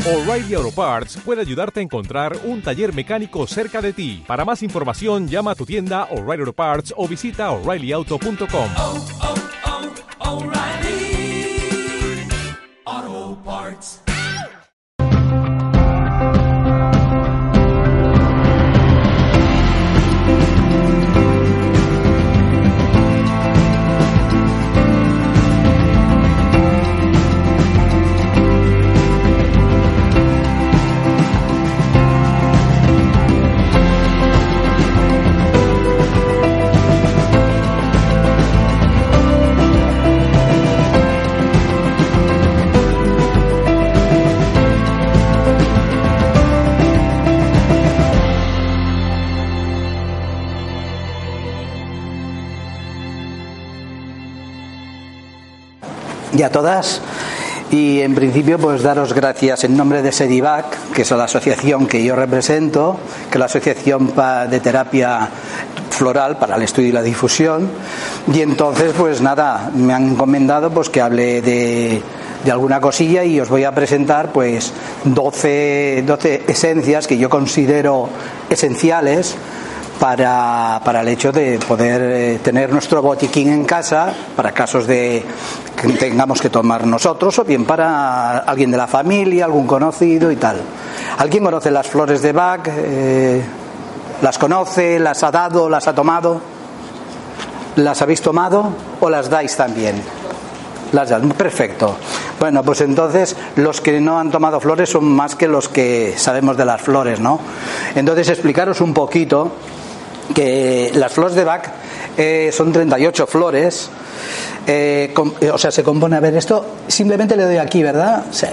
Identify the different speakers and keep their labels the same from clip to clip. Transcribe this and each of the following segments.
Speaker 1: O'Reilly Auto Parts puede ayudarte a encontrar un taller mecánico cerca de ti. Para más información, llama a tu tienda O'Reilly Auto Parts o visita O'ReillyAuto.com.
Speaker 2: O'Reilly Auto Parts.
Speaker 3: Y a todas, y en principio pues daros gracias en nombre de SEDIVAC, que es la asociación que yo represento, que es la Asociación de Terapia Floral para el Estudio y la Difusión, y entonces pues nada, me han encomendado pues que hable de alguna cosilla y os voy a presentar pues 12 esencias que yo considero esenciales para el hecho de poder tener nuestro botiquín en casa para casos de que tengamos que tomar nosotros o bien para alguien de la familia, algún conocido y tal. ¿Alguien conoce las flores de Bach? ¿Las conoce? ¿Las ha dado? ¿Las ha tomado? ¿Las habéis tomado o las dais también? Las dais, perfecto. Bueno, pues entonces los que no han tomado flores son más que los que sabemos de las flores, ¿no? Entonces explicaros un poquito que las flores de Bach son 38 flores, o sea, se compone, a ver, esto simplemente le doy aquí, ¿verdad? Sí.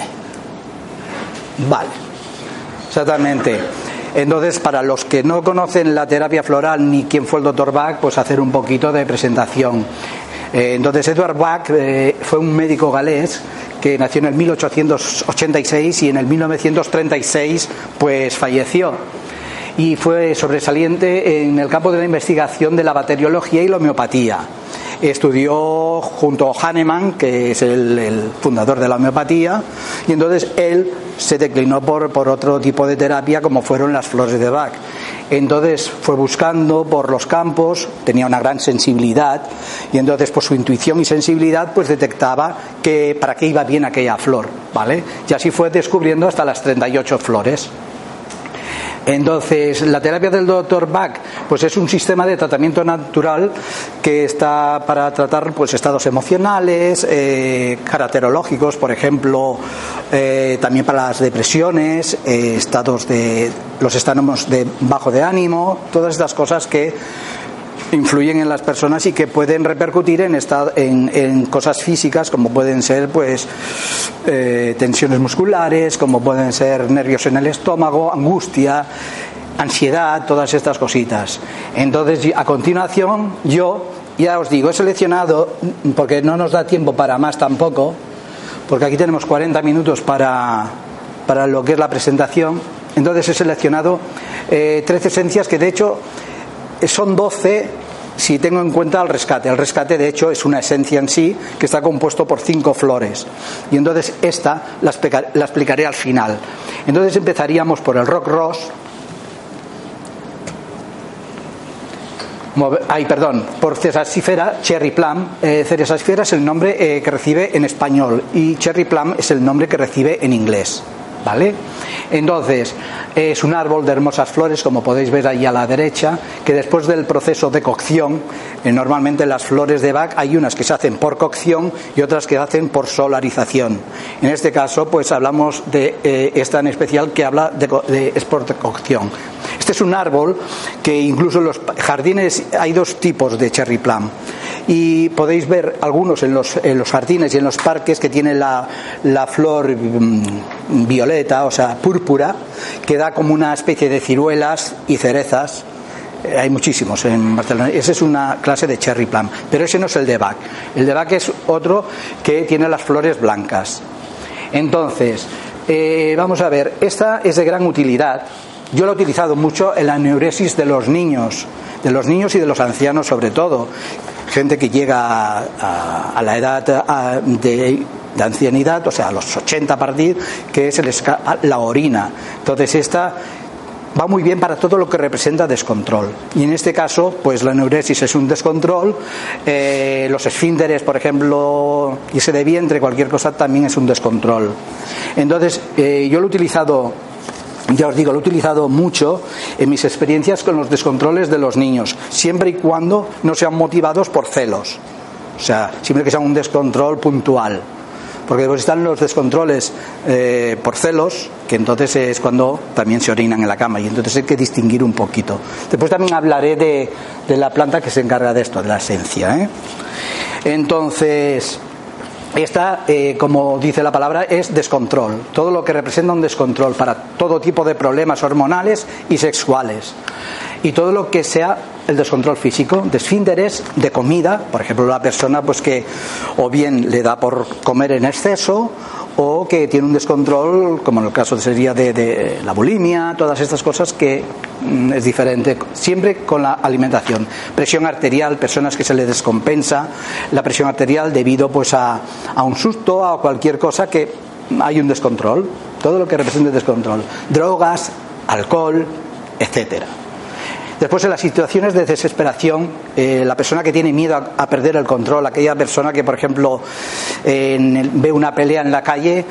Speaker 3: Vale, exactamente. Entonces, para los que no conocen la terapia floral ni quién fue el Dr. Bach, pues hacer un poquito de presentación. Entonces, Edward Bach fue un médico galés que nació en el 1886 y en el 1936 pues falleció. Y fue sobresaliente en el campo de la investigación de la bacteriología y la homeopatía. Estudió junto a Hahnemann, que es el fundador de la homeopatía, y entonces él se declinó por otro tipo de terapia como fueron las flores de Bach. Entonces fue buscando por los campos, tenía una gran sensibilidad y entonces por su intuición y sensibilidad pues detectaba que para qué iba bien aquella flor, ¿vale? Y así fue descubriendo hasta las 38 flores. Entonces, la terapia del Dr. Bach pues es un sistema de tratamiento natural que está para tratar pues estados emocionales, caracterológicos, por ejemplo, también para las depresiones, los estados de bajo de ánimo, todas estas cosas que influyen en las personas y que pueden repercutir en cosas físicas como pueden ser pues tensiones musculares, como pueden ser nervios en el estómago, angustia, ansiedad, todas estas cositas. Entonces, a continuación, yo ya os digo, he seleccionado, porque no nos da tiempo para más tampoco, porque aquí tenemos 40 minutos para lo que es la presentación. Entonces he seleccionado 13 esencias que de hecho son 12 si tengo en cuenta el rescate. El rescate de hecho es una esencia en sí que está compuesto por 5 flores y entonces esta la explicaré al final. Entonces empezaríamos por el rock rose, por Cerasifera cherry plum. Cerasifera es el nombre que recibe en español y cherry plum es el nombre que recibe en inglés, ¿vale? Entonces es un árbol de hermosas flores, como podéis ver ahí a la derecha, que después del proceso de cocción, normalmente las flores de Bach hay unas que se hacen por cocción y otras que se hacen por solarización. En este caso pues hablamos de esta en especial que habla es por cocción. Este es un árbol que incluso en los jardines hay 2 tipos de cherry plum y podéis ver algunos en los jardines y en los parques que tienen la flor violeta, o sea púrpura, que da como una especie de ciruelas y cerezas. Hay muchísimos en Barcelona. Esa es una clase de cherry plum, pero ese no es el de Bach. El de Bach es otro que tiene las flores blancas. Entonces, vamos a ver, esta es de gran utilidad. Yo lo he utilizado mucho en la neuresis de los niños y de los ancianos sobre todo. Gente que llega a la edad de de ancianidad, o sea, a los 80 a partir, que es la orina. Entonces esta va muy bien para todo lo que representa descontrol. Y en este caso, pues la enuresis es un descontrol, los esfínteres, por ejemplo, y ese de vientre, cualquier cosa también es un descontrol. Entonces, yo lo he utilizado, ya os digo, lo he utilizado mucho en mis experiencias con los descontroles de los niños, siempre y cuando no sean motivados por celos. O sea, siempre que sea un descontrol puntual. Porque después están los descontroles por celos, que entonces es cuando también se orinan en la cama, y entonces hay que distinguir un poquito. Después también hablaré de la planta que se encarga de esto, de la esencia, Entonces, esta, como dice la palabra, es descontrol. Todo lo que representa un descontrol para todo tipo de problemas hormonales y sexuales. Y todo lo que sea el descontrol físico, de esfínteres, de comida, por ejemplo, la persona pues que o bien le da por comer en exceso, o que tiene un descontrol, como en el caso sería de la bulimia, todas estas cosas que es diferente, siempre con la alimentación. Presión arterial, personas que se les descompensa la presión arterial debido pues a un susto, a cualquier cosa que hay un descontrol, todo lo que representa descontrol. Drogas, alcohol, etcétera. Después, en las situaciones de desesperación, la persona que tiene miedo a perder el control, aquella persona que, por ejemplo, ve una pelea en la calle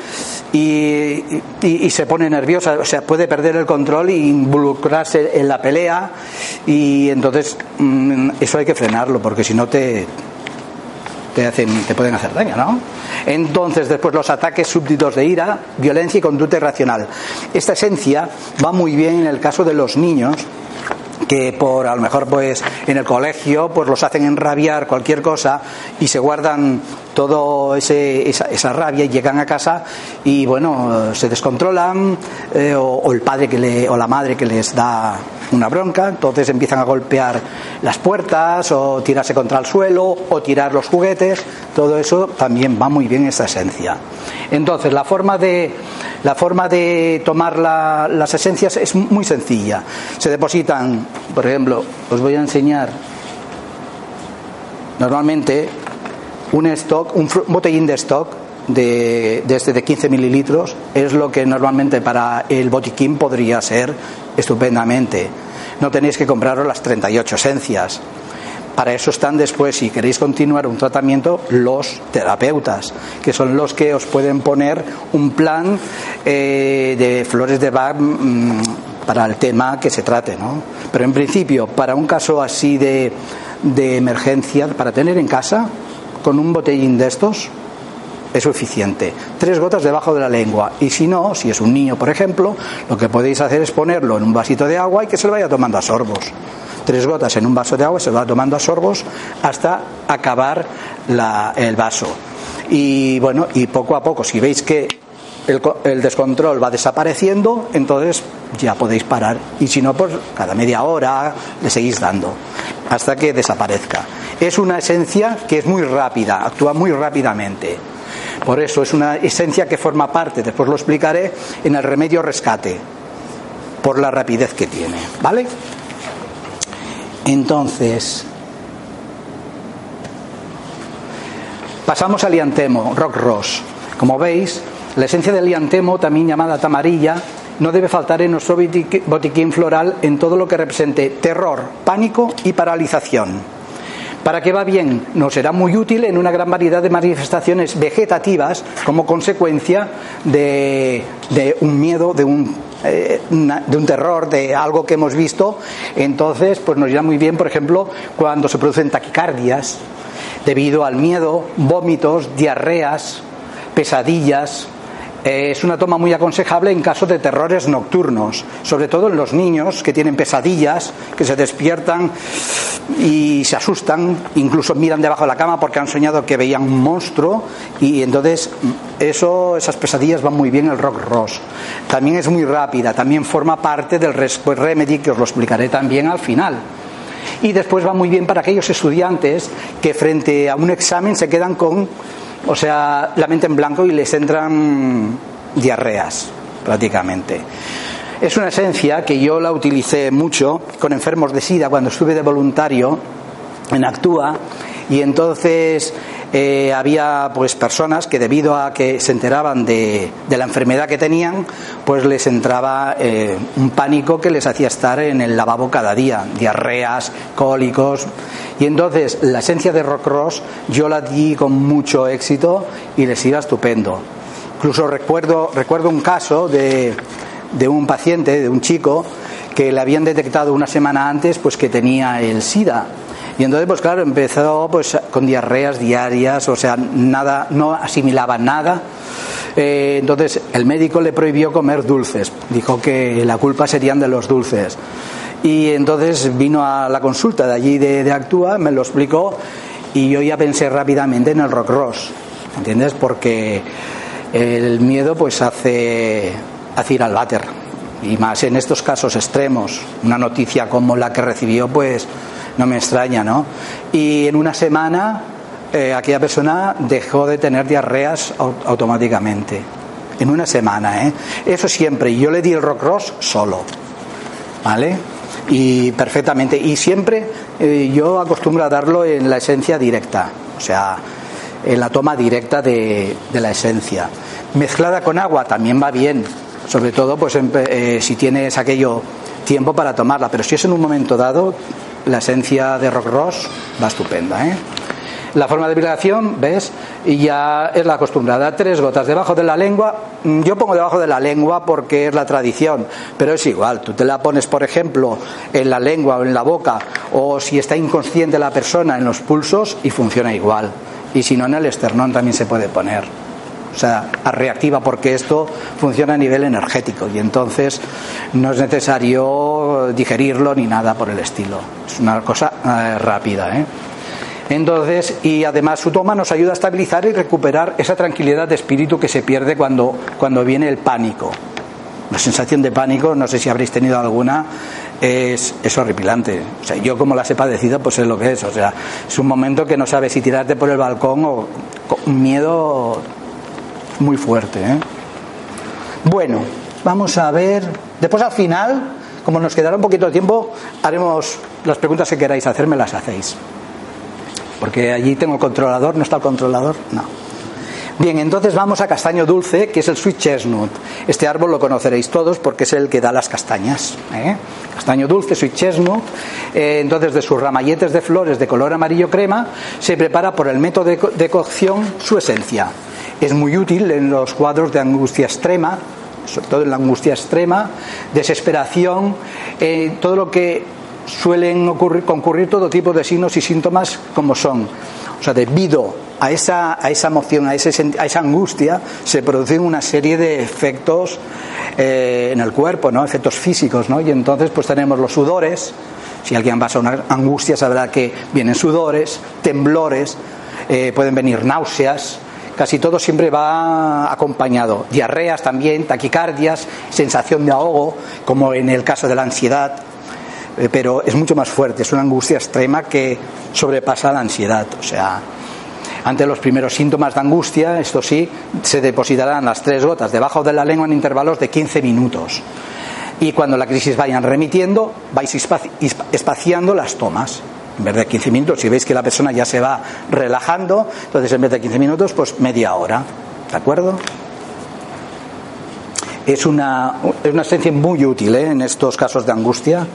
Speaker 3: y se pone nerviosa, o sea, puede perder el control e involucrarse en la pelea, y entonces eso hay que frenarlo, porque si no te pueden hacer daño, ¿no? Entonces, después los ataques súbditos de ira, violencia y conducta irracional. Esta esencia va muy bien en el caso de los niños, que por a lo mejor pues en el colegio pues los hacen enrabiar cualquier cosa y se guardan todo esa rabia y llegan a casa y bueno, se descontrolan, o el padre o la madre que les da una bronca, entonces empiezan a golpear las puertas o tirarse contra el suelo o tirar los juguetes. Todo eso también va muy bien esta esencia. Entonces la forma de tomar las esencias es muy sencilla. Se depositan, por ejemplo, os voy a enseñar normalmente un botellín de stock de 15 mililitros, es lo que normalmente para el botiquín podría ser estupendamente. No tenéis que compraros las 38 esencias. Para eso están después, si queréis continuar un tratamiento, los terapeutas, que son los que os pueden poner un plan de flores de Bach para el tema que se trate, ¿no? Pero en principio, para un caso así de emergencia, para tener en casa, con un botellín de estos es suficiente. 3 gotas debajo de la lengua, y si no, si es un niño por ejemplo, lo que podéis hacer es ponerlo en un vasito de agua y que se lo vaya tomando a sorbos. 3 gotas en un vaso de agua, se va tomando a sorbos hasta acabar el vaso. Y bueno, y poco a poco, si veis que el descontrol va desapareciendo, entonces ya podéis parar, y si no, pues cada media hora le seguís dando hasta que desaparezca. Es una esencia que es muy rápida, actúa muy rápidamente. Por eso es una esencia que forma parte, después lo explicaré, en el remedio rescate, por la rapidez que tiene, ¿vale? Entonces, pasamos al liantemo, rock ross. Como veis, la esencia del liantemo, también llamada tamarilla, no debe faltar en nuestro botiquín floral en todo lo que represente terror, pánico y paralización. ¿Para qué va bien? Nos será muy útil en una gran variedad de manifestaciones vegetativas como consecuencia de un miedo, de un terror, de algo que hemos visto. Entonces, pues nos irá muy bien, por ejemplo, cuando se producen taquicardias debido al miedo, vómitos, diarreas, pesadillas. Es una toma muy aconsejable en caso de terrores nocturnos, sobre todo en los niños que tienen pesadillas, que se despiertan y se asustan, incluso miran debajo de la cama porque han soñado que veían un monstruo, y entonces esas pesadillas van muy bien el rock ross. También es muy rápida, también forma parte del Rescue Remedy, que os lo explicaré también al final. Y después va muy bien para aquellos estudiantes que frente a un examen se quedan con, o sea, la mente en blanco y les entran diarreas prácticamente. Es una esencia que yo la utilicé mucho con enfermos de SIDA cuando estuve de voluntario en Actúa, y entonces había pues personas que debido a que se enteraban de la enfermedad que tenían, pues les entraba un pánico que les hacía estar en el lavabo cada día, diarreas, cólicos, y entonces la esencia de Rockros yo la di con mucho éxito y les iba estupendo. Incluso recuerdo un caso de un paciente, de un chico que le habían detectado una semana antes pues que tenía el SIDA. Y entonces, pues claro, empezó pues con diarreas diarias, o sea, nada, no asimilaba nada. Entonces el médico le prohibió comer dulces, dijo que la culpa serían de los dulces. Y entonces vino a la consulta de allí de Actúa, me lo explicó y yo ya pensé rápidamente en el Rockros, ¿entiendes? Porque el miedo pues hace ir al váter, y más en estos casos extremos. Una noticia como la que recibió pues no me extraña, ¿no? Y en una semana aquella persona dejó de tener diarreas automáticamente. En una semana, Eso siempre. Yo le di el Rockros solo, ¿vale? Y perfectamente. Y siempre yo acostumbro a darlo en la esencia directa, o sea, en la toma directa de la esencia. Mezclada con agua también va bien, sobre todo pues si tienes aquello tiempo para tomarla, pero si es en un momento dado, la esencia de Rockros va estupenda, La forma de vibración, ¿ves? Y ya es la acostumbrada. 3 gotas debajo de la lengua. Yo pongo debajo de la lengua porque es la tradición, pero es igual. Tú te la pones, por ejemplo, en la lengua o en la boca, o si está inconsciente la persona, en los pulsos, y funciona igual. Y si no, en el esternón también se puede poner. O sea, reactiva, porque esto funciona a nivel energético y entonces no es necesario digerirlo ni nada por el estilo. Es una cosa rápida, Entonces, y además su toma nos ayuda a estabilizar y recuperar esa tranquilidad de espíritu que se pierde cuando viene el pánico. La sensación de pánico, no sé si habréis tenido alguna, es horripilante. O sea, yo como las he padecido, pues sé lo que es. O sea, es un momento que no sabes si tirarte por el balcón o un miedo muy fuerte, Bueno, vamos a ver. Después al final, como nos quedará un poquito de tiempo, haremos las preguntas que queráis hacerme, las hacéis. Porque allí tengo el controlador. ¿No está el controlador? No. Bien, entonces vamos a castaño dulce, que es el sweet chestnut. Este árbol lo conoceréis todos porque es el que da las castañas, Castaño dulce, sweet chestnut. Entonces, de sus ramalletes de flores de color amarillo crema, se prepara por el método de cocción su esencia. Es muy útil en los cuadros de angustia extrema, sobre todo en la angustia extrema, desesperación, todo lo que suelen concurrir todo tipo de signos y síntomas como son. O sea, debido a esa emoción, a esa angustia, se producen una serie de efectos en el cuerpo, ¿no? Efectos físicos, ¿no? Y entonces pues tenemos los sudores. Si alguien pasa una angustia sabrá que vienen sudores, temblores, pueden venir náuseas. Casi todo siempre va acompañado. Diarreas también, taquicardias, sensación de ahogo, como en el caso de la ansiedad. Pero es mucho más fuerte, es una angustia extrema que sobrepasa la ansiedad. O sea, ante los primeros síntomas de angustia, esto sí, se depositarán las 3 gotas debajo de la lengua en intervalos de 15 minutos. Y cuando la crisis vayan remitiendo, vais espaciando las tomas. En vez de 15 minutos, si veis que la persona ya se va relajando, entonces en vez de 15 minutos, pues media hora. ¿De acuerdo? Es una esencia muy útil, en estos casos de angustia.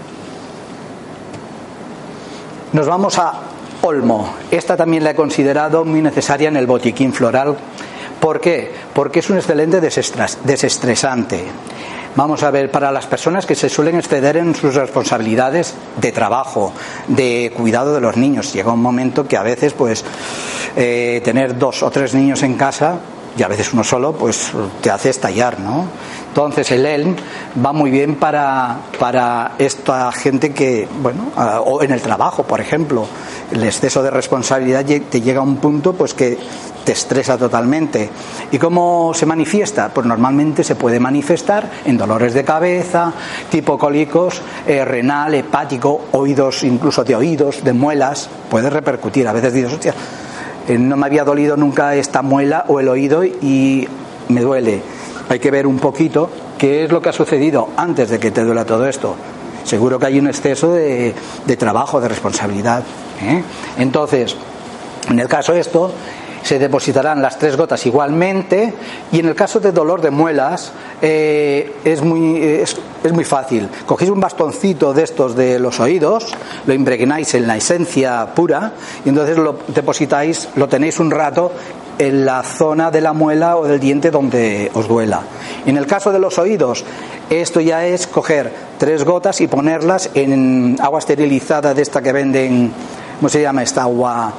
Speaker 3: Nos vamos a olmo. Esta también la he considerado muy necesaria en el botiquín floral. ¿Por qué? Porque es un excelente desestresante. Vamos a ver, para las personas que se suelen exceder en sus responsabilidades de trabajo, de cuidado de los niños, llega un momento que a veces pues tener 2 o 3 niños en casa, y a veces uno solo, pues te hace estallar, ¿no? Entonces el ELM va muy bien para esta gente que, bueno, o en el trabajo, por ejemplo, el exceso de responsabilidad te llega a un punto pues que te estresa totalmente. ¿Y cómo se manifiesta? Pues normalmente se puede manifestar en dolores de cabeza, tipo cólicos, renal, hepático, oídos, incluso de oídos, de muelas, puede repercutir. A veces dices, hostia, no me había dolido nunca esta muela o el oído y me duele. Hay que ver un poquito qué es lo que ha sucedido antes de que te duela todo esto. Seguro que hay un exceso de trabajo, de responsabilidad, Entonces, en el caso de esto, se depositarán las 3 gotas igualmente, y en el caso de dolor de muelas es muy fácil. Cogéis un bastoncito de estos de los oídos, lo impregnáis en la esencia pura y entonces lo depositáis, lo tenéis un rato en la zona de la muela o del diente donde os duela. En el caso de los oídos, esto ya es coger 3 gotas y ponerlas en agua esterilizada de esta que venden, ¿cómo se llama esta agua?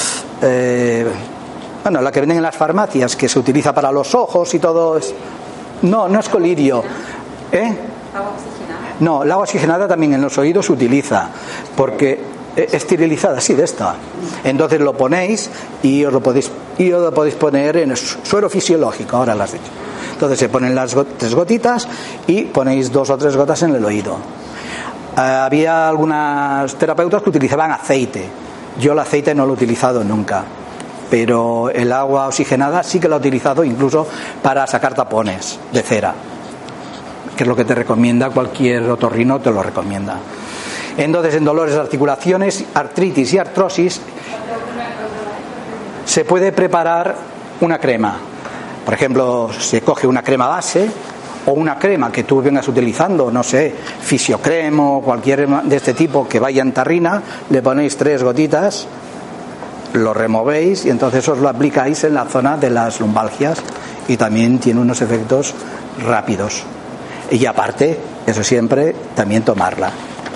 Speaker 3: Bueno, la que venden en las farmacias, que se utiliza para los ojos y todo. No es colirio.
Speaker 4: ¿Agua oxigenada?
Speaker 3: No, el agua oxigenada también en los oídos se utiliza, porque esterilizada, sí, de esta. Entonces lo ponéis y os lo podéis poner en el suero fisiológico, ahora lo has dicho. Entonces se ponen las 3 gotitas y ponéis 2 o 3 gotas en el oído. Había algunas terapeutas que utilizaban aceite. Yo el aceite no lo he utilizado nunca, pero el agua oxigenada sí que lo he utilizado, incluso para sacar tapones de cera, que es lo que te recomienda cualquier otorrino, te lo recomienda. Entonces, en dolores de articulaciones, artritis y artrosis, se puede preparar una crema. Por ejemplo, se coge una crema base o una crema que tú vengas utilizando, no sé, fisiocremo, cualquier de este tipo que vaya en tarrina, le ponéis 3 gotitas, lo removéis y entonces os lo aplicáis en la zona de las lumbalgias y también tiene unos efectos rápidos. Y aparte, eso siempre, también tomarla.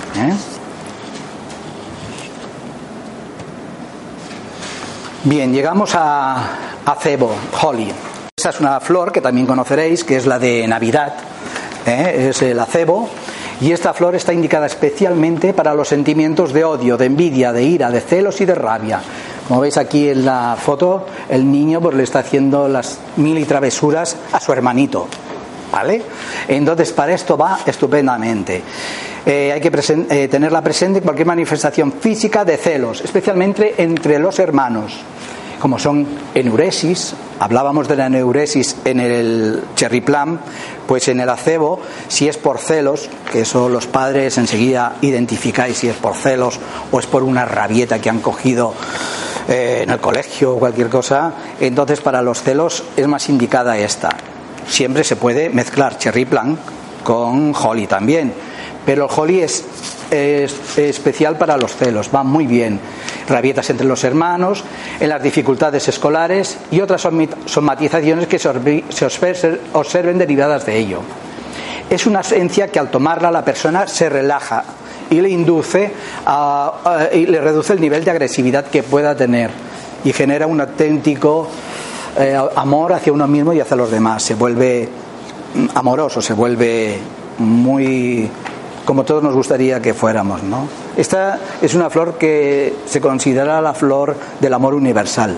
Speaker 3: Bien, llegamos a acebo, holly. Esa es una flor que también conoceréis, que es la de Navidad, es el acebo, y esta flor está indicada especialmente para los sentimientos de odio, de envidia, de ira, de celos y de rabia. Como veis aquí en la foto, el niño pues le está haciendo las 1000 travesuras a su hermanito, ¿vale? Entonces para esto va estupendamente. Hay que tenerla presente en cualquier manifestación física de celos, especialmente entre los hermanos, como son enuresis. Hablábamos de la enuresis en el cherry plum, pues en el acebo, si es por celos, que eso los padres enseguida identificáis si es por celos o es por una rabieta que han cogido en el colegio o cualquier cosa, entonces para los celos es más indicada esta. Siempre se puede mezclar cherry plum con holly también, pero el holly es especial para los celos, va muy bien. Rabietas entre los hermanos, en las dificultades escolares y otras somatizaciones que se observen derivadas de ello. Es una esencia que al tomarla la persona se relaja y le induce y le reduce el nivel de agresividad que pueda tener y genera un auténtico amor hacia uno mismo y hacia los demás. Se vuelve amoroso, se vuelve muy como todos nos gustaría que fuéramos, ¿no? Esta es una flor que se considera la flor del amor universal.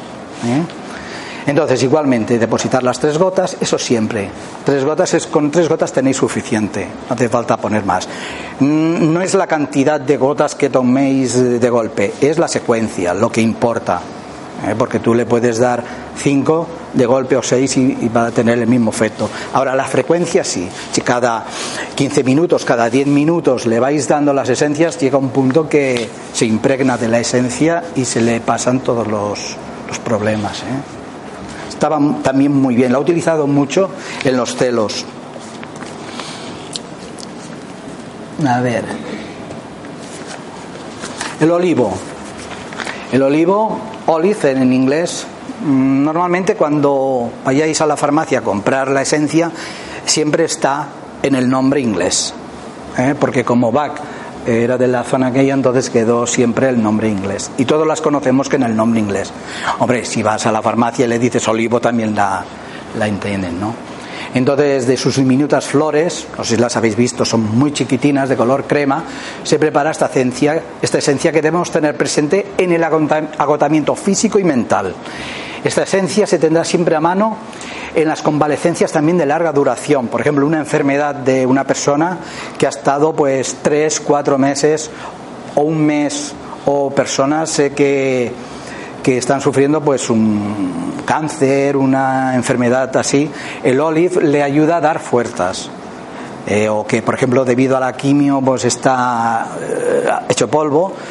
Speaker 3: Entonces, igualmente, depositar las 3 gotas, eso siempre. 3 gotas con 3 gotas tenéis suficiente, no hace falta poner más. No es la cantidad de gotas que toméis de golpe, es la secuencia, lo que importa. Porque tú le puedes dar 5 de golpe o 6 y va a tener el mismo efecto. Ahora, la frecuencia sí. Si cada 15 minutos, cada 10 minutos le vais dando las esencias, llega un punto que se impregna de la esencia y se le pasan todos los problemas. Estaba también muy bien, la he utilizado mucho en los celos. A ver, el olivo, olive en inglés. Normalmente cuando vayáis a la farmacia a comprar la esencia siempre está en el nombre inglés, porque como Bach era de la zona aquella, entonces quedó siempre el nombre inglés y todos las conocemos que en el nombre inglés. Hombre, si vas a la farmacia y le dices olivo también la entienden, ¿no? Entonces, de sus diminutas flores, no sé si las habéis visto, son muy chiquitinas, de color crema, se prepara esta esencia que debemos tener presente en el agotamiento físico y mental. Esta esencia se tendrá siempre a mano en las convalecencias también de larga duración. Por ejemplo, una enfermedad de una persona que ha estado pues 3, 4 meses o un mes, o personas que están sufriendo pues un cáncer, una enfermedad así. El olive le ayuda a dar fuerzas. O que, por ejemplo, debido a la quimio pues está hecho polvo.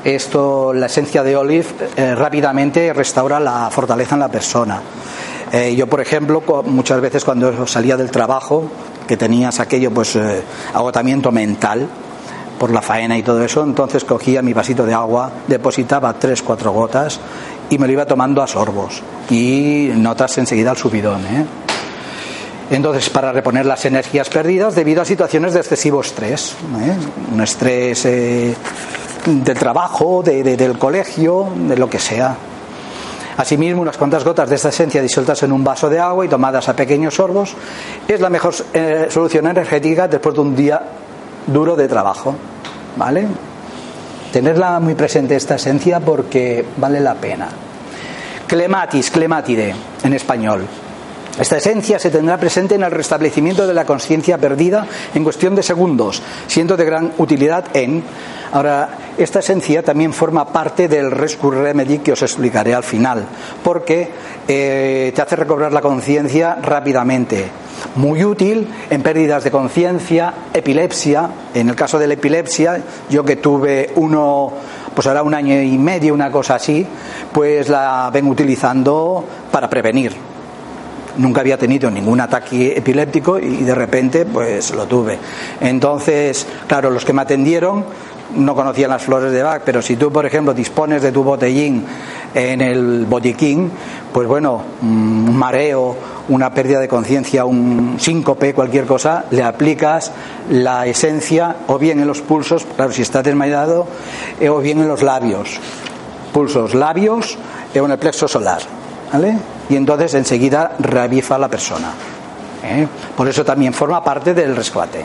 Speaker 3: Esto, la esencia de olive rápidamente restaura la fortaleza en la persona. Yo, por ejemplo, muchas veces cuando salía del trabajo, que tenías aquello, pues agotamiento mental por la faena y todo eso, entonces cogía mi vasito de agua, depositaba 3-4 gotas y me lo iba tomando a sorbos, y notas enseguida el subidón, Entonces, para reponer las energías perdidas debido a situaciones de excesivo estrés, un estrés del trabajo, del colegio, de lo que sea. Asimismo, unas cuantas gotas de esta esencia disueltas en un vaso de agua y tomadas a pequeños sorbos es la mejor solución energética después de un día duro de trabajo, ¿vale? Tenerla muy presente esta esencia porque vale la pena. Clematide en español. Esta esencia se tendrá presente en el restablecimiento de la conciencia perdida en cuestión de segundos, siendo de gran utilidad en... Ahora, esta esencia también forma parte del Rescue Remedy que os explicaré al final, porque te hace recobrar la conciencia rápidamente. Muy útil en pérdidas de conciencia, epilepsia. En el caso de la epilepsia, yo que tuve pues ahora 1 año y medio, una cosa así, pues la vengo utilizando para prevenir. Nunca había tenido ningún ataque epiléptico y de repente pues lo tuve. Entonces, claro, los que me atendieron no conocían las flores de Bach, pero si tú, por ejemplo, dispones de tu botellín en el botiquín, pues bueno, un mareo, una pérdida de conciencia, un síncope, cualquier cosa, le aplicas la esencia o bien en los pulsos, claro, si está desmayado, o bien en los labios. Pulsos, labios o en el plexo solar, ¿vale? Y entonces enseguida reaviva a la persona. Por eso también forma parte del rescate.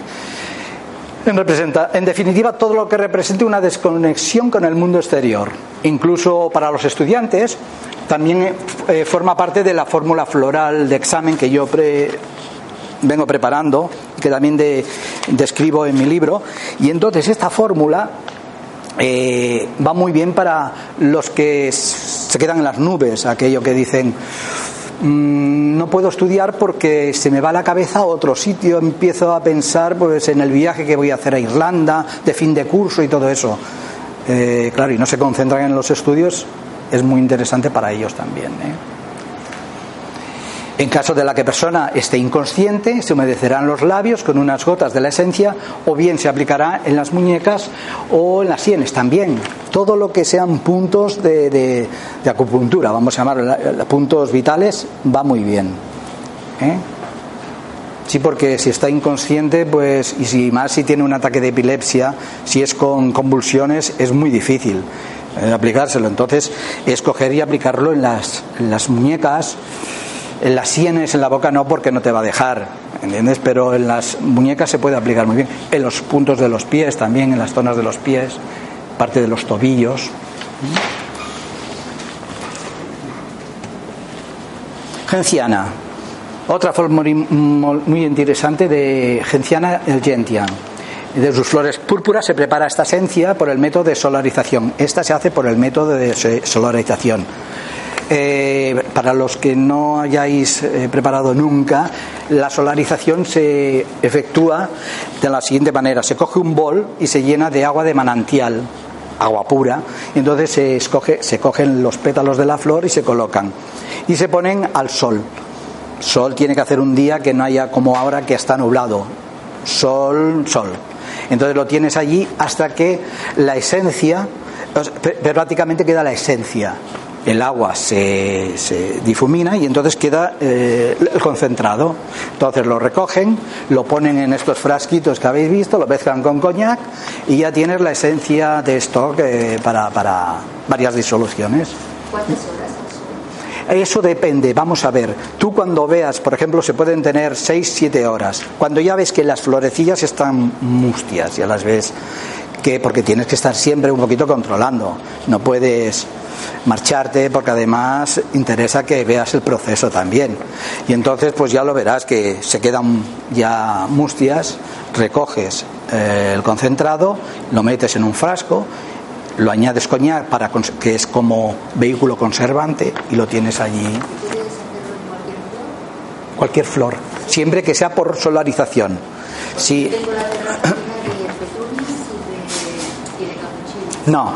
Speaker 3: En definitiva, todo lo que represente una desconexión con el mundo exterior, incluso para los estudiantes, también forma parte de la fórmula floral de examen que yo vengo preparando, que también describo en mi libro. Y entonces esta fórmula va muy bien para los que se quedan en las nubes, aquello que dicen: no puedo estudiar porque se me va la cabeza a otro sitio, empiezo a pensar pues en el viaje que voy a hacer a Irlanda de fin de curso y todo eso, claro, y no se concentran en los estudios. Es muy interesante para ellos también, En caso de la que persona esté inconsciente, se humedecerán los labios con unas gotas de la esencia, o bien se aplicará en las muñecas o en las sienes también. Todo lo que sean puntos de acupuntura, vamos a llamarlo, puntos vitales, va muy bien. Sí, porque si está inconsciente, pues, y si tiene un ataque de epilepsia, si es con convulsiones, es muy difícil aplicárselo. Entonces, escoger y aplicarlo en las muñecas. En las sienes, en la boca no, porque no te va a dejar, ¿entiendes? Pero en las muñecas se puede aplicar muy bien. En los puntos de los pies también, en las zonas de los pies, parte de los tobillos. Genciana. Otra forma muy interesante de genciana, el gentian. De sus flores púrpuras se prepara esta esencia por el método de solarización. Esta se hace por el método de solarización. Para los que no hayáis preparado nunca, la solarización se efectúa de la siguiente manera: se coge un bol y se llena de agua de manantial, agua pura, y entonces se cogen los pétalos de la flor y se colocan y se ponen al sol. Sol tiene que hacer un día que no haya como ahora, que está nublado. Sol. Entonces lo tienes allí hasta que la esencia, prácticamente queda la esencia. El agua se difumina y entonces queda el concentrado. Entonces lo recogen, lo ponen en estos frasquitos que habéis visto, lo mezclan con coñac y ya tienes la esencia de stock para varias disoluciones.
Speaker 4: ¿Cuántas horas al sol?
Speaker 3: Eso depende. Vamos a ver, tú cuando veas, por ejemplo, se pueden tener 6-7 horas. Cuando ya ves que las florecillas están mustias, ya las ves, porque tienes que estar siempre un poquito controlando. No puedes marcharte, porque además interesa que veas el proceso también. Y entonces pues ya lo verás que se quedan ya mustias, recoges el concentrado, lo metes en un frasco, lo añades coñac que es como vehículo conservante, y lo tienes allí. Cualquier flor, siempre que sea por solarización. Sí. No,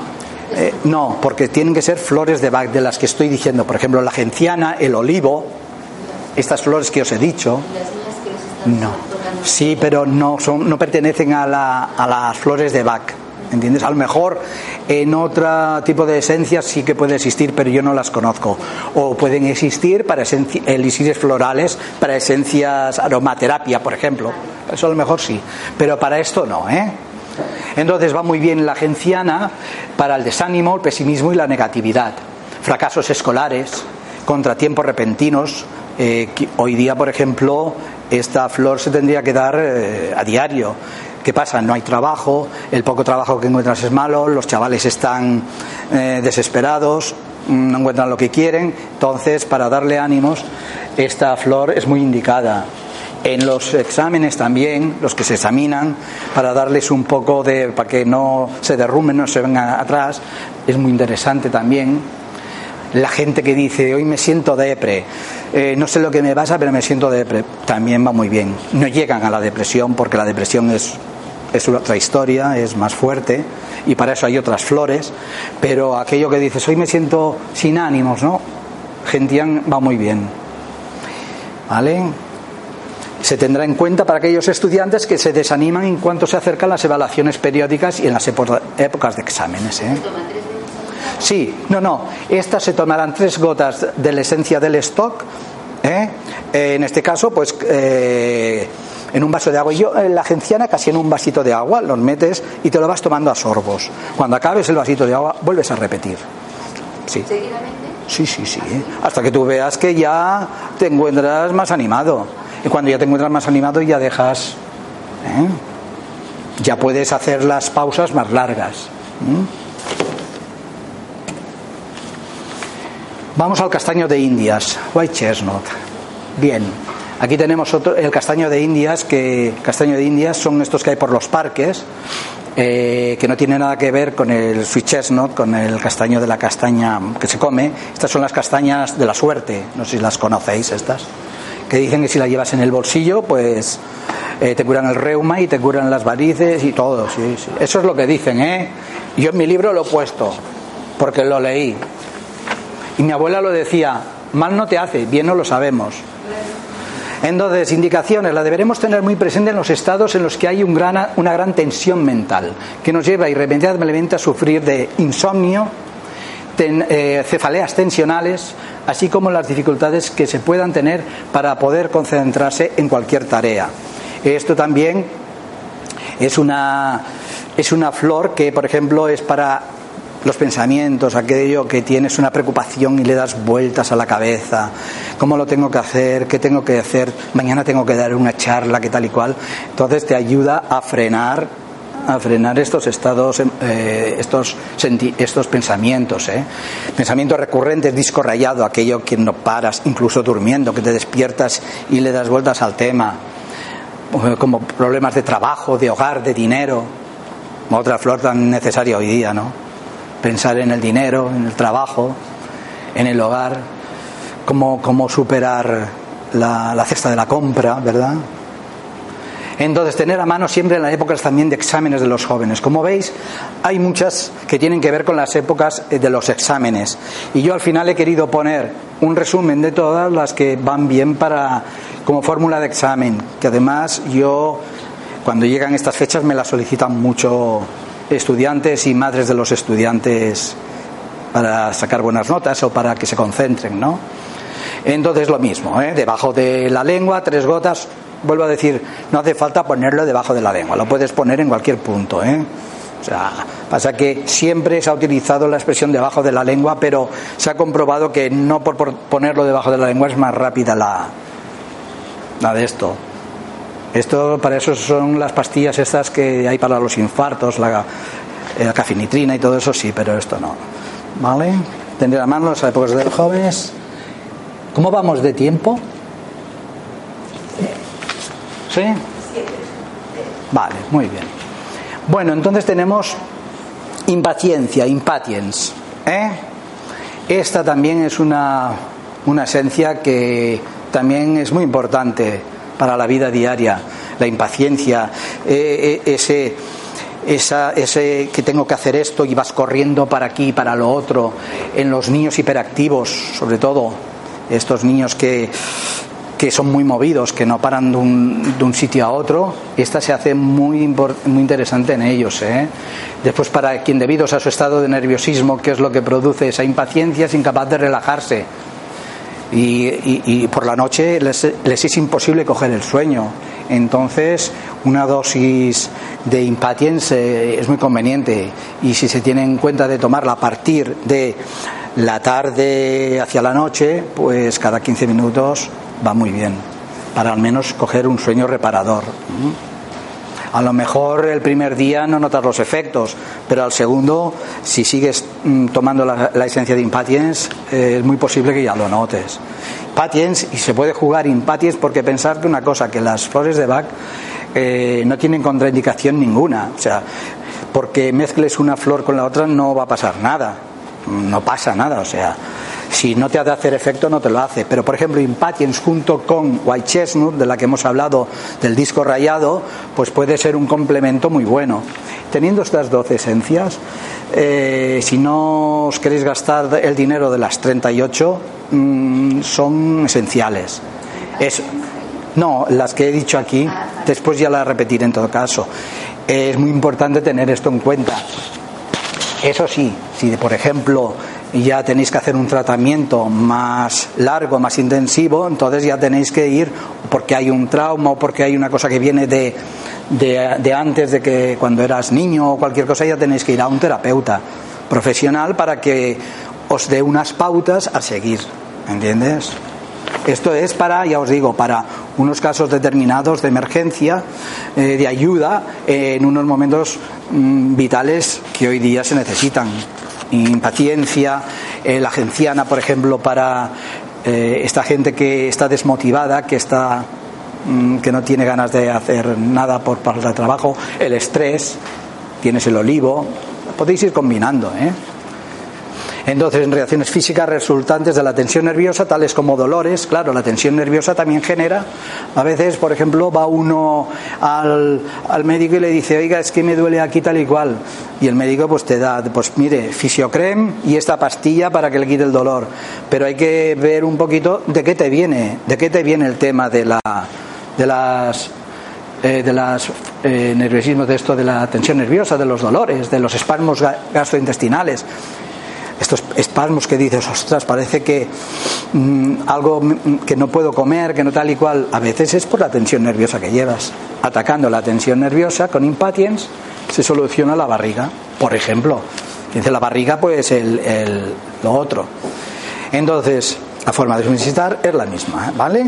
Speaker 3: No, porque tienen que ser flores de Bach, de las que estoy diciendo. Por ejemplo, la genciana, el olivo, estas flores que os he dicho. No, sí, pero no pertenecen a las flores de Bach, ¿entiendes? A lo mejor en otro tipo de esencias sí que puede existir, pero yo no las conozco. O pueden existir para elixires florales, para esencias, aromaterapia, por ejemplo. Eso a lo mejor sí, pero para esto no, ¿eh? Entonces va muy bien la genciana para el desánimo, el pesimismo y la negatividad. Fracasos escolares, contratiempos repentinos. Hoy día, por ejemplo, esta flor se tendría que dar a diario. ¿Qué pasa? No hay trabajo, el poco trabajo que encuentras es malo, los chavales están desesperados, no encuentran lo que quieren. Entonces, para darle ánimos, esta flor es muy indicada. En los exámenes también, los que se examinan, para darles un poco para que no se derrumben, no se vengan atrás, es muy interesante también. La gente que dice, hoy me siento depre, no sé lo que me pasa, pero me siento depre, también va muy bien. No llegan a la depresión, porque la depresión es otra historia, es más fuerte, y para eso hay otras flores, pero aquello que dices, hoy me siento sin ánimos, ¿no? Gentian va muy bien, ¿vale? Se tendrá en cuenta para aquellos estudiantes que se desaniman en cuanto se acercan las evaluaciones periódicas y en las épocas de exámenes, ¿eh? Sí, no, estas se tomarán 3 gotas de la esencia del stock, en este caso, pues en un vaso de agua. Yo, la genciana, casi en un vasito de agua, los metes y te lo vas tomando a sorbos. Cuando acabes el vasito de agua, vuelves a repetir. Sí. Sí, hasta que tú veas que ya te encuentras más animado. Y cuando ya te encuentras más animado, ya dejas, ya puedes hacer las pausas más largas. Vamos al castaño de Indias, White Chestnut. Bien, aquí tenemos el castaño de Indias, castaño de Indias son estos que hay por los parques, que no tiene nada que ver con el sweet chestnut, con el castaño de la castaña que se come. Estas son las castañas de la suerte, no sé si las conocéis estas, que dicen que si las llevas en el bolsillo, pues te curan el reuma y te curan las varices y todo, sí. Eso es lo que dicen, ¿eh? Yo en mi libro lo he puesto, porque lo leí. Y mi abuela lo decía, mal no te hace, bien no lo sabemos. Entonces, indicaciones, la deberemos tener muy presente en los estados en los que hay una gran tensión mental, que nos lleva irremediablemente a sufrir de insomnio, cefaleas tensionales, así como las dificultades que se puedan tener para poder concentrarse en cualquier tarea. Esto también es una flor que, por ejemplo, es para los pensamientos, aquello que tienes una preocupación y le das vueltas a la cabeza, cómo lo tengo que hacer, qué tengo que hacer, mañana tengo que dar una charla, qué tal y cual. Entonces te ayuda a frenar estos estados, estos pensamientos, pensamientos recurrentes, disco rayado, aquello que no paras, incluso durmiendo, que te despiertas y le das vueltas al tema, como problemas de trabajo, de hogar, de dinero. Otra flor tan necesaria hoy día, ¿no? Pensar en el dinero, en el trabajo, en el hogar, cómo superar la cesta de la compra, ¿verdad? Entonces, tener a mano siempre en las épocas también de exámenes de los jóvenes. Como veis, hay muchas que tienen que ver con las épocas de los exámenes. Y yo al final he querido poner un resumen de todas las que van bien como fórmula de examen. Que además cuando llegan estas fechas, me las solicitan mucho estudiantes y madres de los estudiantes para sacar buenas notas o para que se concentren, ¿no? Entonces lo mismo, debajo de la lengua, 3 gotas. Vuelvo a decir, no hace falta ponerlo debajo de la lengua, lo puedes poner en cualquier punto, O sea, pasa que siempre se ha utilizado la expresión debajo de la lengua, pero se ha comprobado que no por ponerlo debajo de la lengua es más rápida la de esto. Esto, para eso son las pastillas estas que hay para los infartos, la cafinitrina y todo eso, sí, pero esto no. ¿Vale? Tendré a mano las épocas de los jóvenes. ¿Cómo vamos de tiempo? ¿Sí? Vale, muy bien. Bueno, entonces tenemos impatience. Esta también es una esencia que también es muy importante para la vida diaria. La impaciencia, ese que tengo que hacer esto y vas corriendo para aquí y para lo otro. En los niños hiperactivos, sobre todo, estos niños que son muy movidos, que no paran de un sitio a otro, esta se hace muy interesante en ellos, ¿eh? Después, para quien debido a su estado de nerviosismo, que es lo que produce esa impaciencia, es incapaz de relajarse y por la noche les es imposible coger el sueño. Entonces, una dosis de Impatiens es muy conveniente, y si se tiene en cuenta de tomarla a partir de la tarde hacia la noche, pues cada 15 minutos va muy bien, para al menos coger un sueño reparador. A lo mejor el primer día no notas los efectos, pero al segundo, si sigues tomando la esencia de Impatiens, es muy posible que ya lo notes. Impatiens, y se puede jugar Impatiens, porque pensar que una cosa, que las flores de Bach no tienen contraindicación ninguna, o sea, porque mezcles una flor con la otra no va a pasar nada, no pasa nada, o sea, si no te ha de hacer efecto no te lo hace. Pero por ejemplo, Impatiens junto con White Chestnut, de la que hemos hablado, del disco rayado, pues puede ser un complemento muy bueno. Teniendo estas 12 esencias, si no os queréis gastar el dinero de las 38, son esenciales. No, las que he dicho aquí, después ya las repetiré en todo caso. Es muy importante tener esto en cuenta. Eso sí, si por ejemplo ya tenéis que hacer un tratamiento más largo, más intensivo, entonces ya tenéis que ir, porque hay un trauma o porque hay una cosa que viene de antes, de que cuando eras niño o cualquier cosa, ya tenéis que ir a un terapeuta profesional para que os dé unas pautas a seguir, ¿entiendes? Esto es para, ya os digo, para unos casos determinados de emergencia, de ayuda en unos momentos vitales que hoy día se necesitan. Impaciencia, la genciana, por ejemplo, para esta gente que está desmotivada, que no tiene ganas de hacer nada por falta de trabajo, el estrés, tienes el olivo, podéis ir combinando, ¿eh? Entonces, en reacciones físicas resultantes de la tensión nerviosa, tales como dolores, claro, la tensión nerviosa también genera, a veces, por ejemplo, va uno al médico y le dice, oiga, es que me duele aquí tal y cual, y el médico pues te da, pues mire, Fisiocrem y esta pastilla para que le quite el dolor, pero hay que ver un poquito de qué te viene el tema de las nerviosismos, de esto, de la tensión nerviosa, de los dolores, de los espasmos gastrointestinales. Estos espasmos que dices, ostras, parece que algo que no puedo comer, que no tal y cual, a veces es por la tensión nerviosa que llevas. Atacando la tensión nerviosa con Impatiens se soluciona la barriga, por ejemplo. Dice la barriga, pues lo otro. Entonces, la forma de suministrar es la misma, ¿vale?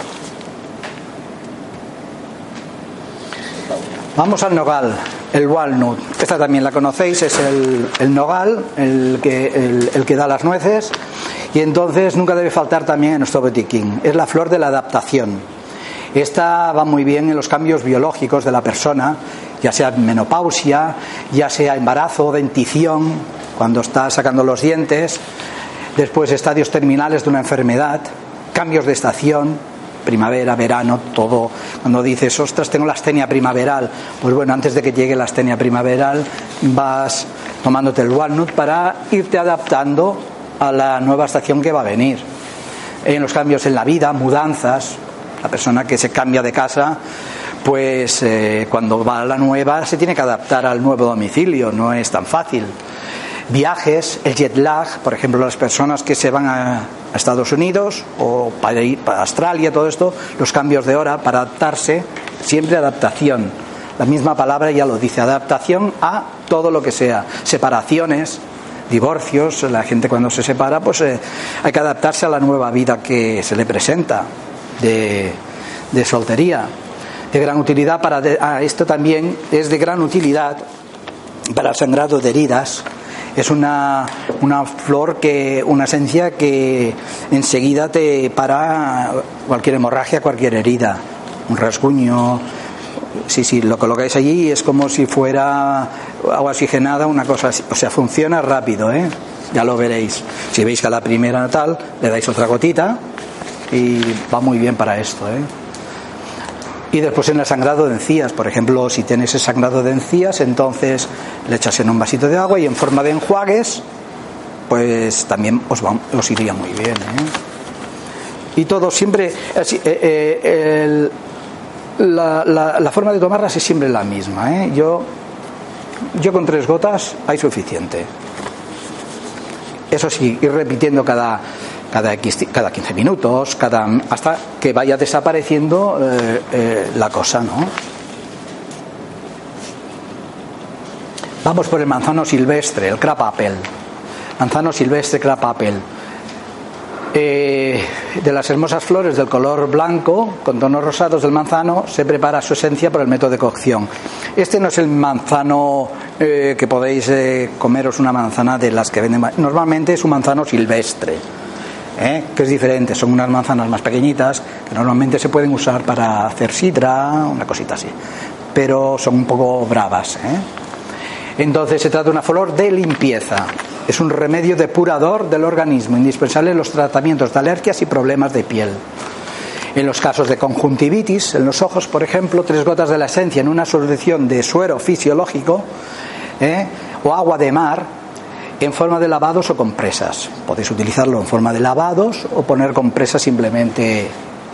Speaker 3: Vamos al nogal, el walnut. Esta también la conocéis, es el nogal, el que da las nueces. Y entonces nunca debe faltar también en nuestro botiquín. Es la flor de la adaptación. Esta va muy bien en los cambios biológicos de la persona, ya sea menopausia, ya sea embarazo, dentición, cuando está sacando los dientes, después estadios terminales de una enfermedad, cambios de estación, primavera, verano, todo. Cuando dices, ostras, tengo la astenia primaveral, pues bueno, antes de que llegue la astenia primaveral vas tomándote el walnut para irte adaptando a la nueva estación que va a venir. En los cambios en la vida, mudanzas, la persona que se cambia de casa, pues cuando va a la nueva se tiene que adaptar al nuevo domicilio, no es tan fácil. Viajes, el jet lag, por ejemplo, las personas que se van a Estados Unidos o para ir para Australia, todo esto, los cambios de hora para adaptarse, siempre adaptación. La misma palabra ya lo dice, adaptación a todo lo que sea. Separaciones, divorcios, la gente cuando se separa, pues hay que adaptarse a la nueva vida que se le presenta de soltería. De gran utilidad esto también es de gran utilidad para el sangrado de heridas. Es una flor, una esencia que enseguida te para cualquier hemorragia, cualquier herida, un rasguño. Sí, lo colocáis allí y es como si fuera agua oxigenada, una cosa así. O sea, funciona rápido, ¿eh? Ya lo veréis. Si veis que a la primera tal le dais otra gotita y va muy bien para esto, ¿eh? Y después en el sangrado de encías, por ejemplo, si tenéis el sangrado de encías, entonces le echas en un vasito de agua y en forma de enjuagues, pues también os iría muy bien, ¿eh? Y todo siempre, la forma de tomarlas es siempre la misma, ¿eh? Yo con 3 gotas hay suficiente. Eso sí, ir repitiendo cada 15 minutos, hasta que vaya desapareciendo la cosa, ¿no? Vamos por el manzano silvestre, el crab apple. Manzano silvestre, crab apple. De las hermosas flores del color blanco con tonos rosados del manzano se prepara su esencia por el método de cocción. Este no es el manzano que podéis comeros una manzana de las que venden. Normalmente es un manzano silvestre, que es diferente. Son unas manzanas más pequeñitas que normalmente se pueden usar para hacer sidra, una cosita así, pero son un poco bravas, Entonces se trata de una flor de limpieza. Es un remedio depurador del organismo, indispensable en los tratamientos de alergias y problemas de piel. En los casos de conjuntivitis, en los ojos, por ejemplo, 3 gotas de la esencia en una solución de suero fisiológico o agua de mar en forma de lavados o compresas. Podéis utilizarlo en forma de lavados o poner compresas simplemente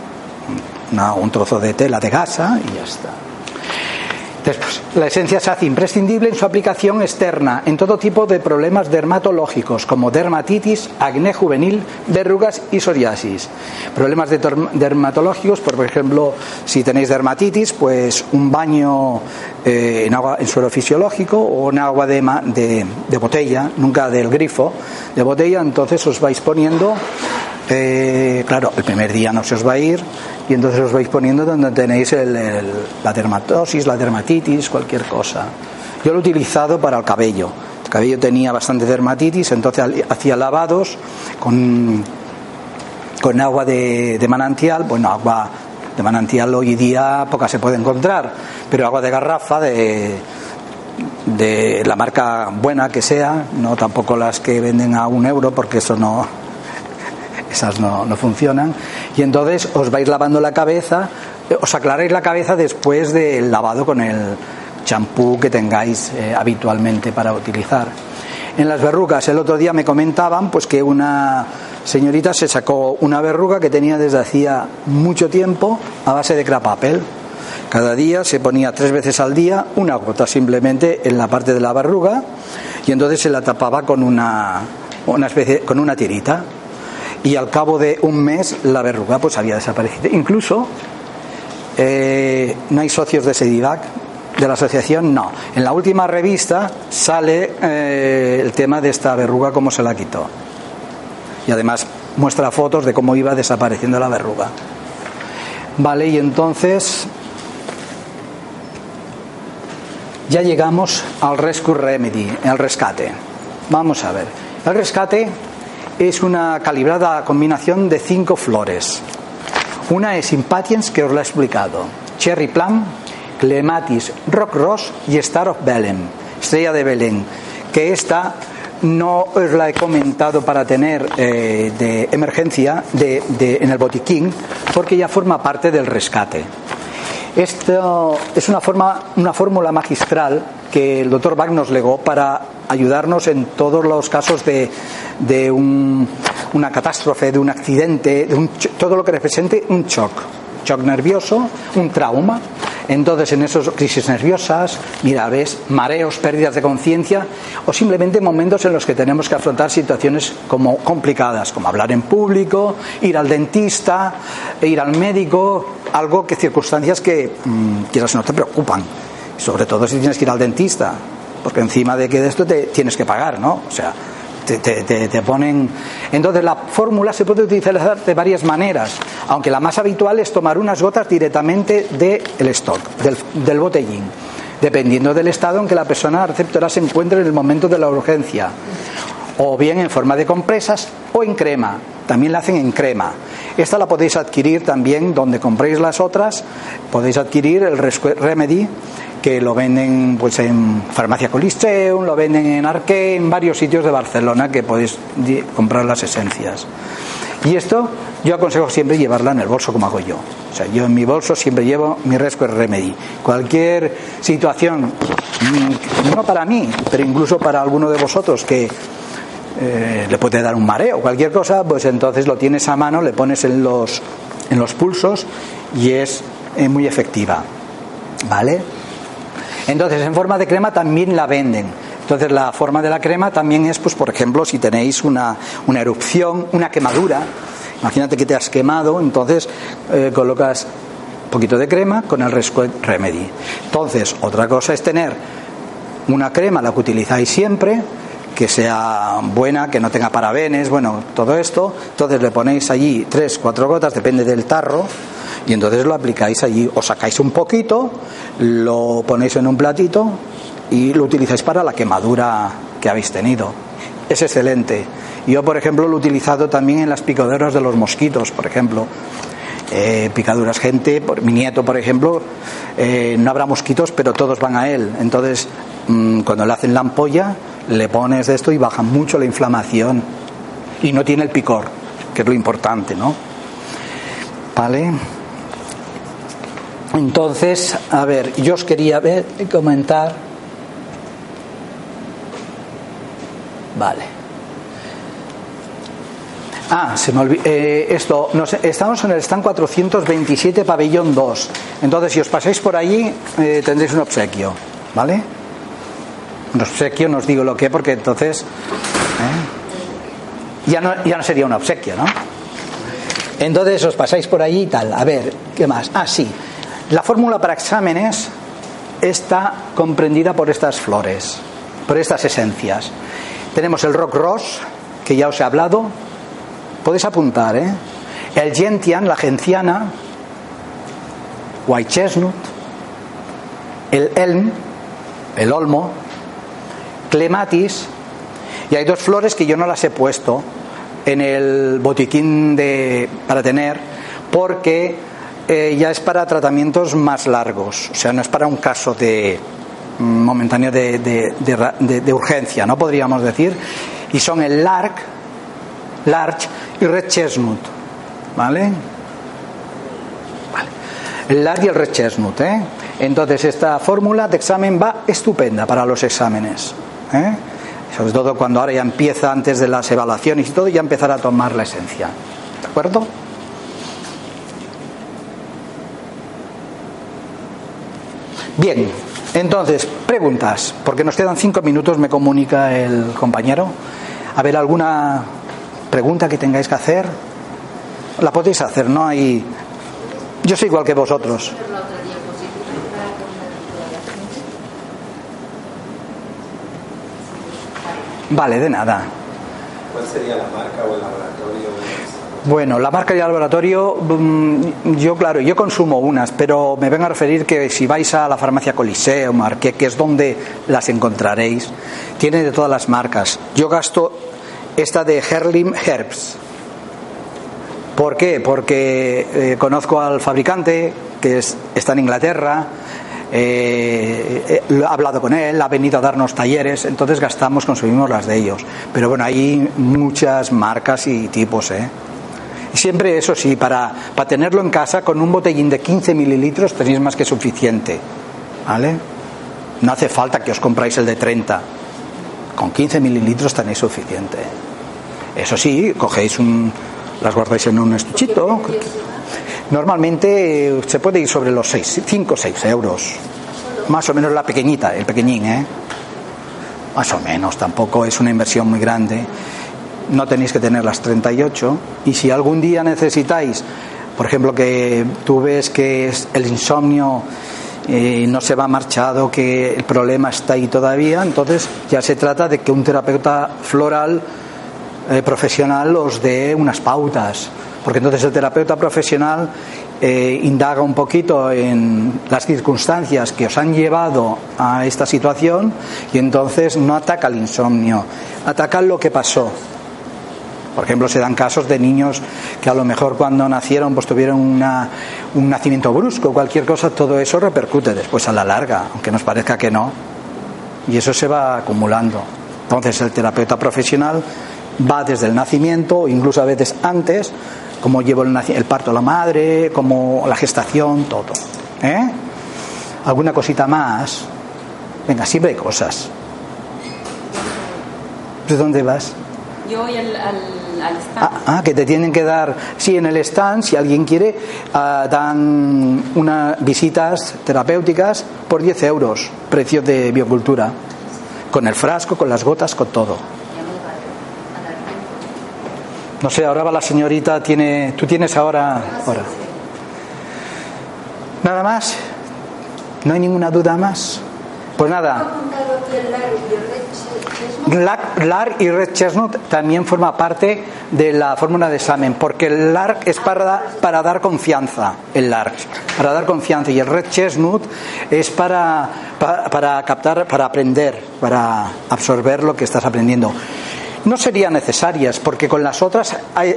Speaker 3: un trozo de tela de gasa y ya está. Después, la esencia se hace imprescindible en su aplicación externa en todo tipo de problemas dermatológicos como dermatitis, acné juvenil, verrugas y psoriasis. Problemas dermatológicos, por ejemplo, si tenéis dermatitis, pues un baño en suero fisiológico o en agua de botella, nunca del grifo, de botella, entonces os vais poniendo, claro, el primer día no se os va a ir, y entonces os vais poniendo donde tenéis la dermatosis, la dermatitis, cualquier cosa. Yo lo he utilizado para el cabello. El cabello tenía bastante dermatitis, entonces hacía lavados con agua de manantial. Bueno, agua de manantial hoy día poca se puede encontrar, pero agua de garrafa de la marca buena que sea, no tampoco las que venden a €1, porque eso no... Esas no funcionan. Y entonces os vais lavando la cabeza, os aclaráis la cabeza después del lavado con el champú que tengáis habitualmente para utilizar. En las verrugas, el otro día me comentaban pues que una señorita se sacó una verruga que tenía desde hacía mucho tiempo a base de crab apple. Cada día se ponía 3 veces al día una gota simplemente en la parte de la verruga y entonces se la tapaba con una tirita. Y al cabo de un mes la verruga pues había desaparecido. Incluso no hay socios de Sedivac, de la asociación, no. En la última revista sale el tema de esta verruga, cómo se la quitó. Y además muestra fotos de cómo iba desapareciendo la verruga. Vale, y entonces ya llegamos al Rescue Remedy, al rescate. Vamos a ver. El rescate es una calibrada combinación de 5 flores. Una es Impatiens, que os la he explicado, Cherry Plum, Clematis, Rock Rose y Star of Belém, Estrella de Belén, que esta no os la he comentado para tener de emergencia en el botiquín, porque ya forma parte del rescate. Esto es una fórmula magistral que el Dr. Bach nos legó para ayudarnos en todos los casos de una catástrofe, de un accidente, todo lo que represente un shock nervioso, un trauma. Entonces, en esas crisis nerviosas, mira, ves, mareos, pérdidas de conciencia o simplemente momentos en los que tenemos que afrontar situaciones como complicadas, como hablar en público, ir al dentista, ir al médico, circunstancias que quizás no te preocupan, sobre todo si tienes que ir al dentista, porque encima de esto te tienes que pagar, ¿no? O sea, te ponen. Entonces la fórmula se puede utilizar de varias maneras, aunque la más habitual es tomar unas gotas directamente del stock, del botellín, dependiendo del estado en que la persona receptora se encuentre en el momento de la urgencia, o bien en forma de compresas o en crema. También la hacen en crema. Esta la podéis adquirir también donde compréis las otras. Podéis adquirir el Rescue Remedy, que lo venden pues en Farmacia Coliseum, lo venden en Arqué, en varios sitios de Barcelona que podéis comprar las esencias. Y esto yo aconsejo siempre llevarla en el bolso, como hago yo. O sea, yo en mi bolso siempre llevo mi Rescue Remedy. Cualquier situación, no para mí, pero incluso para alguno de vosotros que le puede dar un mareo o cualquier cosa, pues entonces lo tienes a mano, le pones en los pulsos y es muy efectiva, ¿vale? Entonces en forma de crema también la venden. Entonces la forma de la crema también es, pues por ejemplo, si tenéis una erupción, una quemadura, imagínate que te has quemado, entonces colocas un poquito de crema con el Rescue Remedy. Entonces otra cosa es tener una crema, la que utilizáis siempre, que sea buena, que no tenga parabenes, bueno, todo esto. Entonces le ponéis allí 3-4 gotas, depende del tarro, y entonces lo aplicáis allí. Os sacáis un poquito, lo ponéis en un platito y lo utilizáis para la quemadura que habéis tenido. Es excelente. Yo, por ejemplo, lo he utilizado también en las picaduras de los mosquitos, por ejemplo. Picaduras, gente, mi nieto, por ejemplo, no habrá mosquitos, pero todos van a él. Entonces, cuando le hacen la ampolla, le pones de esto y baja mucho la inflamación. Y no tiene el picor, que es lo importante, ¿no? ¿Vale? Entonces, a ver, yo os quería comentar. Vale. Se me olvidó. Esto, estamos en el stand 427, pabellón 2. Entonces, si os pasáis por allí, tendréis un obsequio, ¿vale? Un obsequio, no os digo lo que, porque entonces ya no sería un obsequio, ¿no? Entonces os pasáis por allí y tal. A ver, ¿qué más? Sí. La fórmula para exámenes está comprendida por estas flores, por estas esencias. Tenemos el Rock Rose, que ya os he hablado. Podéis apuntar, el Gentian, la genciana, White Chestnut, el Elm, el olmo, Clematis, y hay 2 flores que yo no las he puesto en el botiquín para tener, porque ya es para tratamientos más largos, o sea, no es para un caso momentáneo de urgencia, ¿no? Podríamos decir, y son el Larch y Red Chestnut, ¿vale? El Larch y el Red Chestnut, Entonces esta fórmula de examen va estupenda para los exámenes, sobre todo cuando ahora ya empieza, antes de las evaluaciones y todo, ya empezar a tomar la esencia, ¿de acuerdo? Bien, entonces, preguntas, porque nos quedan 5 minutos, me comunica el compañero. A ver, ¿alguna pregunta que tengáis que hacer? La podéis hacer, no hay... Yo soy igual que vosotros. Vale, de nada.
Speaker 5: ¿Cuál sería la marca o el laboratorio?
Speaker 3: Bueno, la marca y el laboratorio, yo consumo unas, pero me vengo a referir que si vais a la farmacia Coliseo, Marqué, que es donde las encontraréis, tiene de todas las marcas. Yo gasto esta de Herlim Herbs. ¿Por qué? Porque conozco al fabricante, que está en Inglaterra, he hablado con él, ha venido a darnos talleres, entonces consumimos las de ellos. Pero bueno, hay muchas marcas y tipos, Y siempre, eso sí, para tenerlo en casa, con un botellín de 15 mililitros tenéis más que suficiente, ¿vale? No hace falta que os compráis el de 30. Con 15 mililitros tenéis suficiente. Eso sí, cogéis las guardáis en un estuchito. Normalmente se puede ir sobre los 5 o 6 euros. Más o menos la pequeñita, el pequeñín, Más o menos, tampoco es una inversión muy grande. No tenéis que tener las 38. Y si algún día necesitáis, por ejemplo, que tú ves que el insomnio no se va marchado, que el problema está ahí todavía, entonces ya se trata de que un terapeuta floral profesional os dé unas pautas, porque entonces el terapeuta profesional indaga un poquito en las circunstancias que os han llevado a esta situación y entonces no ataca el insomnio, ataca lo que pasó. Por ejemplo, se dan casos de niños que a lo mejor cuando nacieron pues tuvieron un nacimiento brusco, cualquier cosa, todo eso repercute después a la larga, aunque nos parezca que no, y eso se va acumulando. Entonces el terapeuta profesional va desde el nacimiento, incluso a veces antes, cómo llevo el parto a la madre, como la gestación, todo. ¿Alguna cosita más? Venga, siempre hay cosas. ¿De dónde vas?
Speaker 4: Yo voy al stand.
Speaker 3: Que te tienen que dar, sí, en el stand, si alguien quiere, dan unas visitas terapéuticas por 10 euros, precio de biocultura, con el frasco, con las gotas, con todo. No sé, ahora va la señorita, tú tienes ahora. ¿Nada más? ¿No hay ninguna duda más? Pues nada. LARC y Red Chestnut también forma parte de la fórmula de examen, porque el LARC es para dar confianza, para dar confianza, y el Red Chestnut es para captar, para aprender, para absorber lo que estás aprendiendo. No serían necesarias, porque con las otras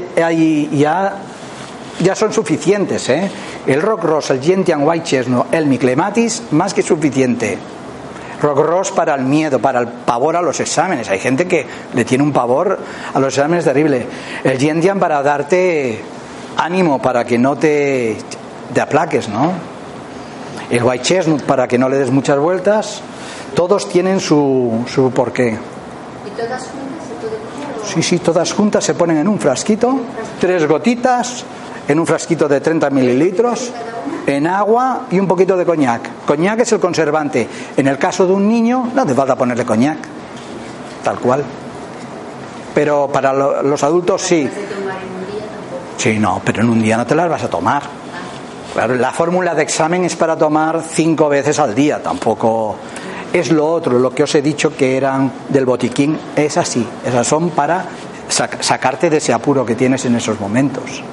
Speaker 3: ya son suficientes, El Rock Ross, el Gentian White Chestnut, el Miclematis, más que suficiente. Rock Ross para el miedo, para el pavor a los exámenes. Hay gente que le tiene un pavor a los exámenes terrible. El Gentian para darte ánimo, para que no te aplaques, ¿no? El White Chestnut para que no le des muchas vueltas. Todos tienen su porqué.
Speaker 4: ¿Y todas juntas se puede poner?
Speaker 3: Sí, todas juntas se ponen en un frasquito, 3 gotitas, en un frasquito de 30 mililitros, en agua y un poquito de coñac. Coñac es el conservante. En el caso de un niño no hace falta ponerle coñac, tal cual. Pero para los adultos sí. Sí, no, pero en un día no te las vas a tomar. Claro, la fórmula de examen es para tomar 5 veces al día, tampoco es lo otro, lo que os he dicho que eran del botiquín, es así, esas son para sacarte de ese apuro que tienes en esos momentos.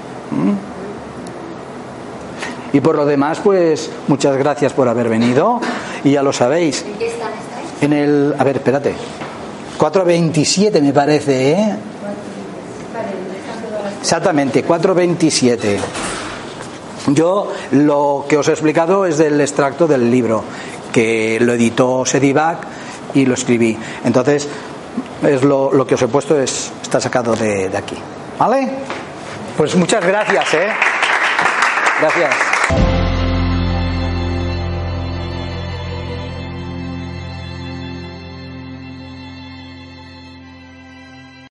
Speaker 3: Y por lo demás, pues muchas gracias por haber venido, y ya lo sabéis.
Speaker 4: ¿En qué stand estáis?
Speaker 3: En el, a ver, espérate, 427 me parece, Exactamente, 427. Yo lo que os he explicado es del extracto del libro, que lo editó Sedivac y lo escribí. Entonces, es lo que os he puesto está sacado de aquí. ¿Vale? Pues muchas gracias, Gracias.